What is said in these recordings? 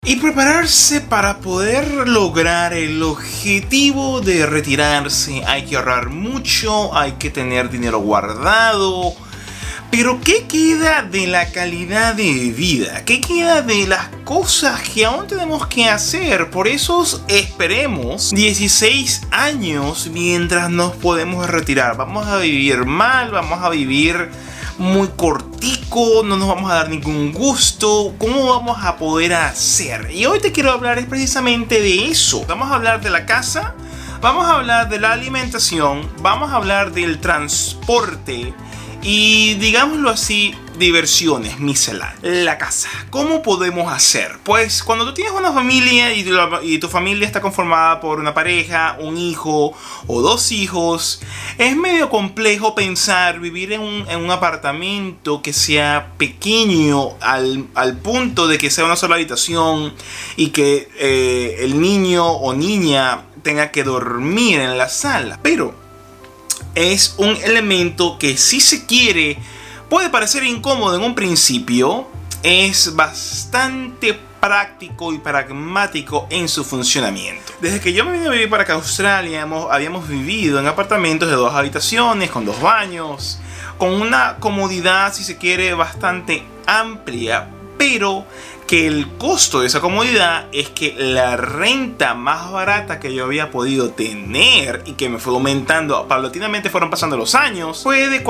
Y prepararse para poder lograr el objetivo de retirarse. Hay que ahorrar mucho, hay que tener dinero guardado. Pero ¿qué queda de la calidad de vida? ¿Qué queda de las cosas que aún tenemos que hacer? Por eso esperemos 16 años mientras nos podemos retirar. Vamos a vivir mal, vamos a vivir muy cortico, no nos vamos a dar ningún gusto. ¿Cómo vamos a poder hacer? Y hoy te quiero hablar precisamente de eso. Vamos a hablar de la casa, vamos a hablar de la alimentación, vamos a hablar del transporte y, digámoslo así, diversiones misceláneas. La casa, ¿cómo podemos hacer? Pues cuando tú tienes una familia y tu familia está conformada por una pareja, un hijo o dos hijos, es medio complejo pensar vivir en un apartamento que sea pequeño al punto de que sea una sola habitación y que el niño o niña tenga que dormir en la sala. Pero es un elemento que, si se quiere, puede parecer incómodo en un principio. Es bastante práctico y pragmático en su funcionamiento. Desde que yo me vine a vivir para acá a Australia, habíamos vivido en apartamentos de 2 habitaciones, con 2 baños, con una comodidad, si se quiere, bastante amplia, pero que el costo de esa comodidad es que la renta más barata que yo había podido tener y que me fue aumentando paulatinamente, fueron pasando los años, fue de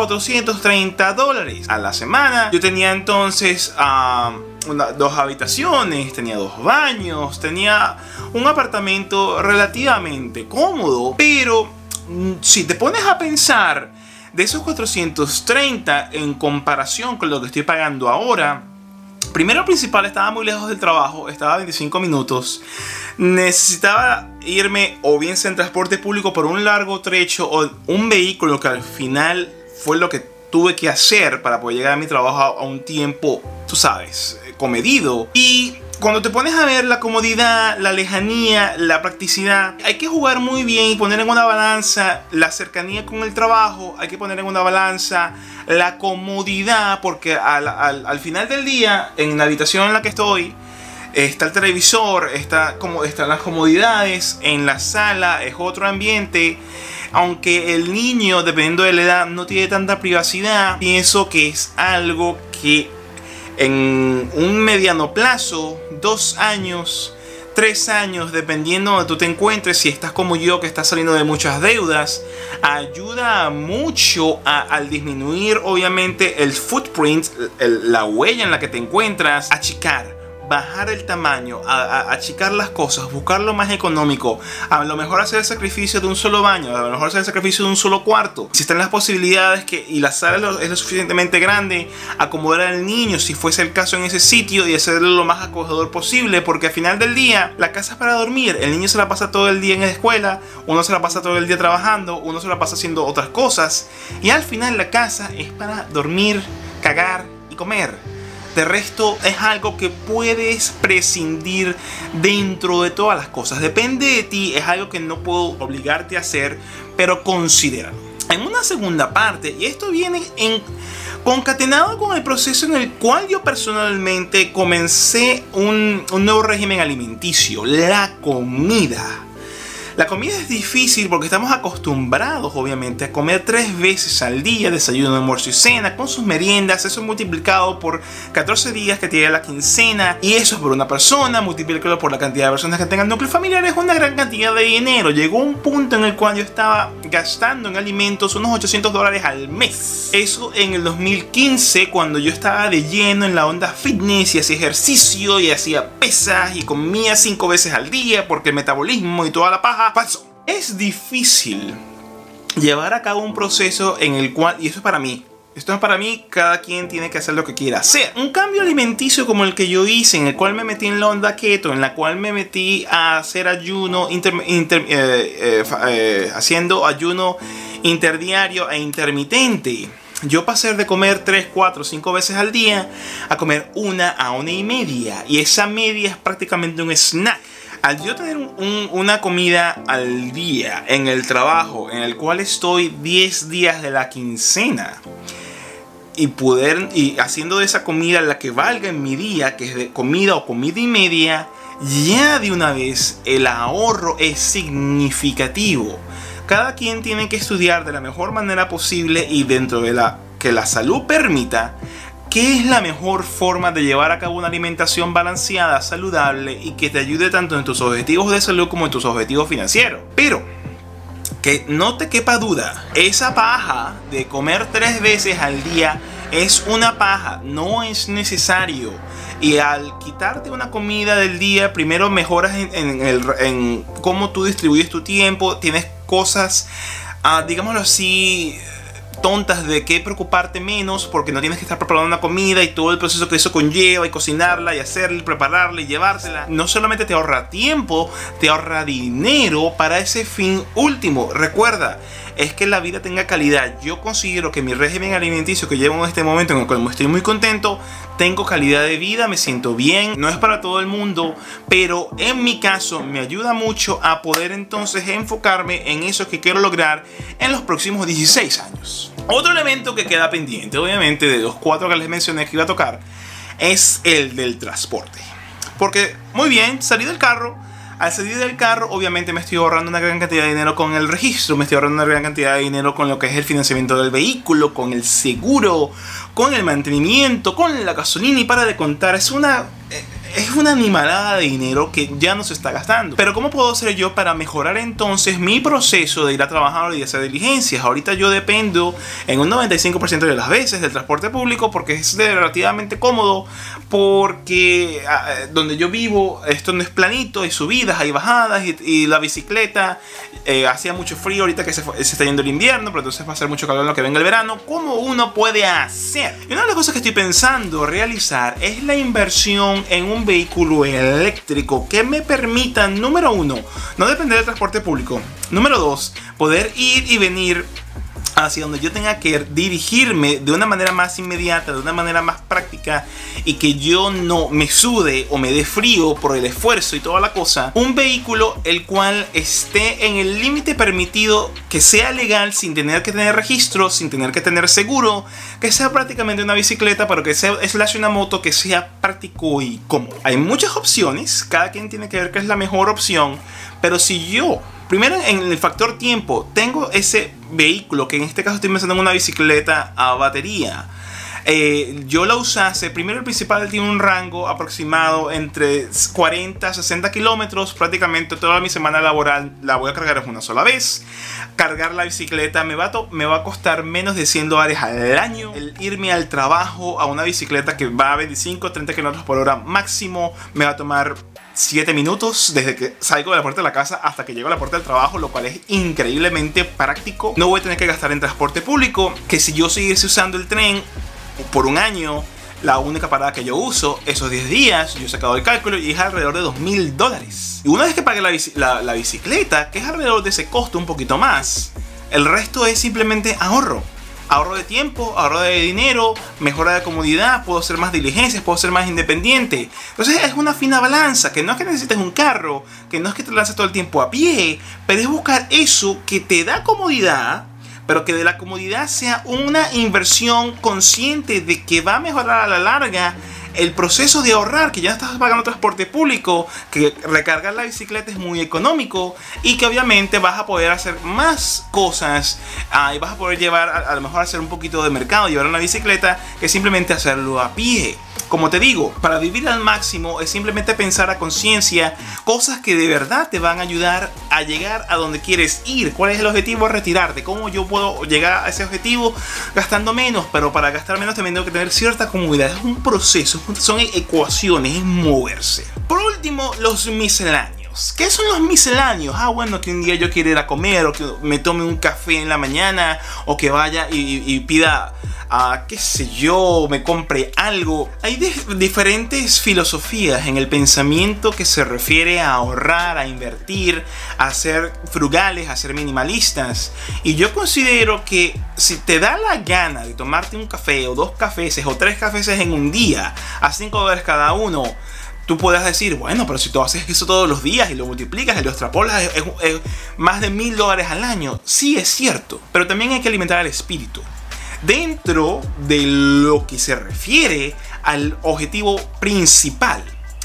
$430 a la semana. Yo tenía entonces 2 habitaciones, tenía 2 baños, tenía un apartamento relativamente cómodo. Pero si te pones a pensar, de esos 430 en comparación con lo que estoy pagando ahora, primero principal, estaba muy lejos del trabajo, estaba a 25 minutos. Necesitaba irme o bien en transporte público por un largo trecho o un vehículo, que al final fue lo que tuve que hacer para poder llegar a mi trabajo a un tiempo, tú sabes, comedido. Y cuando te pones a ver la comodidad, la lejanía, la practicidad, hay que jugar muy bien y poner en una balanza la cercanía con el trabajo. Hay que poner en una balanza la comodidad, porque al final del día, en la habitación en la que estoy, está el televisor, están las comodidades. En la sala es otro ambiente. Aunque el niño, dependiendo de la edad, no tiene tanta privacidad, pienso que es algo que en un mediano plazo, 2 años, 3 años, dependiendo de donde tú te encuentres, si estás como yo, que estás saliendo de muchas deudas, ayuda mucho al disminuir, obviamente, el footprint, la huella en la que te encuentras, achicar, bajar el tamaño, achicar las cosas, buscar lo más económico. A lo mejor hacer el sacrificio de un solo baño, a lo mejor hacer el sacrificio de un solo cuarto. Si están las posibilidades y la sala es lo suficientemente grande, acomodar al niño, si fuese el caso, en ese sitio y hacerlo lo más acogedor posible, porque al final del día la casa es para dormir. El niño se la pasa todo el día en la escuela, uno se la pasa todo el día trabajando, uno se la pasa haciendo otras cosas, y al final la casa es para dormir, cagar y comer. De resto, es algo que puedes prescindir dentro de todas las cosas. Depende de ti, es algo que no puedo obligarte a hacer, pero considéralo. En una segunda parte, y esto viene concatenado con el proceso en el cual yo personalmente comencé un nuevo régimen alimenticio: la comida. La comida es difícil porque estamos acostumbrados, obviamente, a comer 3 veces al día: desayuno, almuerzo y cena, con sus meriendas. Eso multiplicado por 14 días que tiene la quincena, y eso es por una persona. Multiplícalo por la cantidad de personas que tengan núcleo familiar, es una gran cantidad de dinero. Llegó un punto en el cual yo estaba gastando en alimentos unos $800 al mes. Eso en el 2015, cuando yo estaba de lleno en la onda fitness y hacía ejercicio y hacía pesas y comía 5 veces al día, porque el metabolismo y toda la paja pasó. Es difícil llevar a cabo un proceso en el cual, y esto es para mí, cada quien tiene que hacer lo que quiera hacer. Un cambio alimenticio como el que yo hice, en el cual me metí en la onda keto, en la cual me metí a hacer ayuno, haciendo ayuno interdiario e intermitente. Yo pasé de comer 3, 4, 5 veces al día a comer 1 a 1,5, y esa media es prácticamente un snack. Al yo tener una comida al día en el trabajo, en el cual estoy 10 días de la quincena, y haciendo de esa comida la que valga en mi día, que es de comida o comida y media, ya de una vez el ahorro es significativo. Cada quien tiene que estudiar de la mejor manera posible y dentro de que la salud permita, qué es la mejor forma de llevar a cabo una alimentación balanceada, saludable y que te ayude tanto en tus objetivos de salud como en tus objetivos financieros. Pero que no te quepa duda, esa paja de comer 3 veces al día es una paja, no es necesario. Y al quitarte una comida del día, primero mejoras en cómo tú distribuyes tu tiempo. Tienes cosas, digámoslo así, tontas de qué preocuparte menos, porque no tienes que estar preparando una comida y todo el proceso que eso conlleva, y cocinarla y hacerla y prepararla y llevársela. No solamente te ahorra tiempo, te ahorra dinero para ese fin último. Recuerda, es que la vida tenga calidad. Yo considero que mi régimen alimenticio que llevo en este momento, en el cual estoy muy contento, tengo calidad de vida, me siento bien. No es para todo el mundo, pero en mi caso me ayuda mucho a poder entonces enfocarme en eso que quiero lograr en los próximos 16 años. Otro elemento que queda pendiente, obviamente, de los 4 que les mencioné que iba a tocar, es el del transporte. Porque, muy bien, salí del carro. Al salir del carro, obviamente me estoy ahorrando una gran cantidad de dinero con el registro, me estoy ahorrando una gran cantidad de dinero con lo que es el financiamiento del vehículo, con el seguro, con el mantenimiento, con la gasolina, y para de contar, es una animalada de dinero que ya no se está gastando. Pero ¿cómo puedo hacer yo para mejorar entonces mi proceso de ir a trabajar y de hacer diligencias? Ahorita yo dependo en un 95% de las veces del transporte público, porque es relativamente cómodo, porque donde yo vivo esto no es planito, hay subidas, hay bajadas, y la bicicleta, hacía mucho frío ahorita que se está yendo el invierno, pero entonces va a hacer mucho calor en lo que venga el verano. ¿Cómo uno puede hacer? Y una de las cosas que estoy pensando realizar es la inversión en un vehículo eléctrico que me permita, número 1, no depender del transporte público. Número 2, poder ir y venir hacia donde yo tenga que dirigirme de una manera más inmediata, de una manera más práctica, y que yo no me sude o me dé frío por el esfuerzo y toda la cosa. Un vehículo el cual esté en el límite permitido, que sea legal sin tener que tener registro, sin tener que tener seguro, que sea prácticamente una bicicleta, pero que sea una moto, que sea práctico y cómodo. Hay muchas opciones, cada quien tiene que ver qué es la mejor opción, pero si yo primero en el factor tiempo tengo ese vehículo, que en este caso estoy pensando en una bicicleta a batería, yo la usase, primero el principal tiene un rango aproximado entre 40 a 60 kilómetros. Prácticamente toda mi semana laboral la voy a cargar en una sola vez. Cargar la bicicleta me va a costar menos de $100 al año. El irme al trabajo a una bicicleta que va a 25 a 30 kilómetros por hora máximo me va a tomar 7 minutos desde que salgo de la puerta de la casa hasta que llego a la puerta del trabajo, lo cual es increíblemente práctico. No voy a tener que gastar en transporte público, que si yo siguiese usando el tren por un año, la única parada que yo uso esos 10 días, yo he sacado el cálculo y es alrededor de $2.000. Y una vez que pague la bicicleta, que es alrededor de ese costo, un poquito más, el resto es simplemente ahorro. Ahorro de tiempo, ahorro de dinero, mejora de comodidad, puedo hacer más diligencias, puedo ser más independiente. Entonces es una fina balanza, que no es que necesites un carro, que no es que te lances todo el tiempo a pie, pero es buscar eso que te da comodidad, pero que de la comodidad sea una inversión consciente de que va a mejorar a la larga el proceso de ahorrar, que ya estás pagando transporte público, que recargar la bicicleta es muy económico y que obviamente vas a poder hacer más cosas y vas a poder llevar, a lo mejor hacer un poquito de mercado, llevar una bicicleta, que simplemente hacerlo a pie. Como te digo, para vivir al máximo es simplemente pensar a conciencia cosas que de verdad te van a ayudar a llegar a donde quieres ir. ¿Cuál es el objetivo? Retirarte. ¿Cómo yo puedo llegar a ese objetivo gastando menos? Pero para gastar menos también tengo que tener cierta comodidad. Es un proceso, son ecuaciones, es moverse. Por último, los misceláneos. ¿Qué son los misceláneos? Bueno, que un día yo quiera ir a comer, o que me tome un café en la mañana, o que vaya y pida, qué sé yo, me compre algo. Hay diferentes filosofías en el pensamiento que se refiere a ahorrar, a invertir, a ser frugales, a ser minimalistas. Y yo considero que si te da la gana de tomarte un café, o 2 cafés, o 3 cafés en un día, a $5 cada uno, tú puedes decir, bueno, pero si tú haces eso todos los días y lo multiplicas y lo extrapolas, es más de $1.000 al año. Sí, es cierto, pero también hay que alimentar al espíritu. Dentro de lo que se refiere al objetivo principal,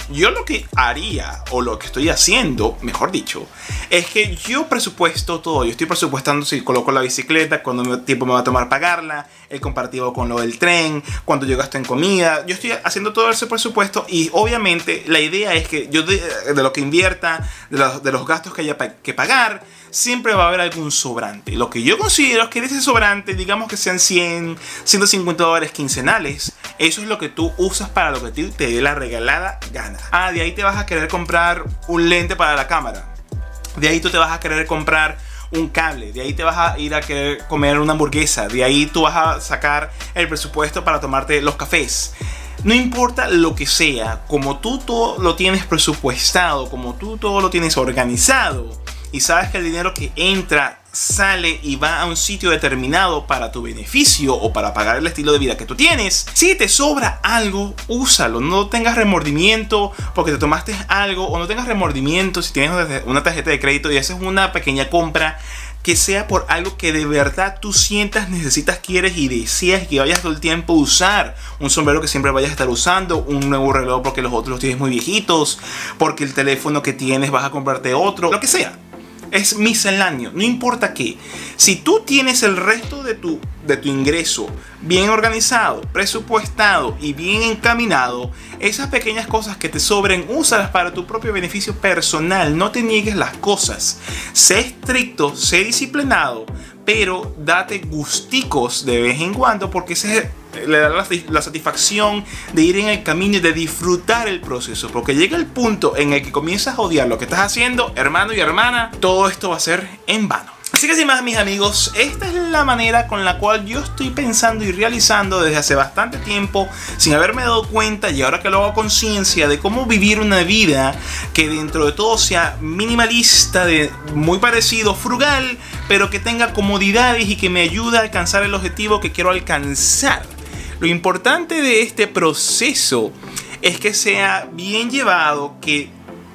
Yo lo que haría, o lo que estoy haciendo, mejor dicho, es que yo presupuesto todo. Yo estoy presupuestando si coloco la bicicleta, cuánto tiempo me va a tomar pagarla, el comparativo con lo del tren, cuánto yo gasto en comida. Yo estoy haciendo todo ese presupuesto y obviamente la idea es que yo de lo que invierta, de los gastos que haya que pagar, siempre va a haber algún sobrante. Lo que yo considero es que de ese sobrante, digamos que sean 100, 150 dólares quincenales, eso es lo que tú usas para lo que te dé la regalada gana. Ah, de ahí te vas a querer comprar un lente para la cámara. De ahí tú te vas a querer comprar un cable, de ahí te vas a ir a querer comer una hamburguesa, de ahí tú vas a sacar el presupuesto para tomarte los cafés. No importa lo que sea, como tú todo lo tienes presupuestado, como tú todo lo tienes organizado y sabes que el dinero que entra, sale y va a un sitio determinado para tu beneficio o para pagar el estilo de vida que tú tienes, si te sobra algo, úsalo. No tengas remordimiento porque te tomaste algo, o no tengas remordimiento si tienes una tarjeta de crédito y haces una pequeña compra que sea por algo que de verdad tú sientas, necesitas, quieres y deseas, que vayas todo el tiempo a usar. Un sombrero que siempre vayas a estar usando, un nuevo reloj porque los otros los tienes muy viejitos, porque el teléfono que tienes vas a comprarte otro, lo que sea. Es misceláneo, no importa qué. Si tú tienes el resto de tu ingreso bien organizado, presupuestado y bien encaminado, esas pequeñas cosas que te sobren, úsalas para tu propio beneficio personal. No te niegues las cosas. Sé estricto, sé disciplinado, pero date gusticos de vez en cuando, porque ese le da la satisfacción de ir en el camino y de disfrutar el proceso. Porque llega el punto en el que comienzas a odiar lo que estás haciendo, hermano y hermana, todo esto va a ser en vano. Así que sin más, mis amigos, esta es la manera con la cual yo estoy pensando y realizando desde hace bastante tiempo, sin haberme dado cuenta, y ahora que lo hago a conciencia, de cómo vivir una vida que dentro de todo sea minimalista, muy parecido, frugal, pero que tenga comodidades y que me ayude a alcanzar el objetivo que quiero alcanzar. Lo importante de este proceso es que sea bien llevado, que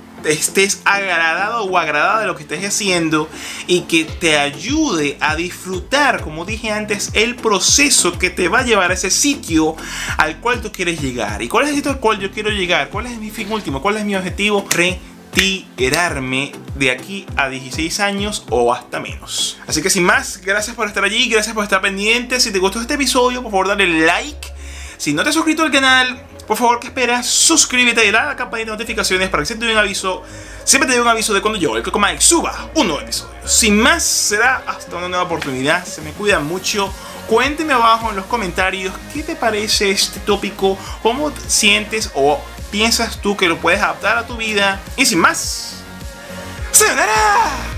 estés agradado o agradada de lo que estés haciendo y que te ayude a disfrutar, como dije antes, el proceso que te va a llevar a ese sitio al cual tú quieres llegar. ¿Y cuál es el sitio al cual yo quiero llegar? ¿Cuál es mi fin último? ¿Cuál es mi objetivo? Retirarme de aquí a 16 años o hasta menos. Así que sin más, gracias por estar allí, gracias por estar pendiente. Si te gustó este episodio, por favor dale like. Si no te has suscrito al canal, por favor, ¿qué esperas? Suscríbete y dale a la campanita de notificaciones para que siempre te dé un aviso de cuando yo, el Coco Mike, suba un nuevo episodio. Sin más, será hasta una nueva oportunidad. Se me cuida mucho. Cuénteme abajo en los comentarios qué te parece este tópico, cómo te sientes o piensas tú que lo puedes adaptar a tu vida. Y sin más, ¡sayonara!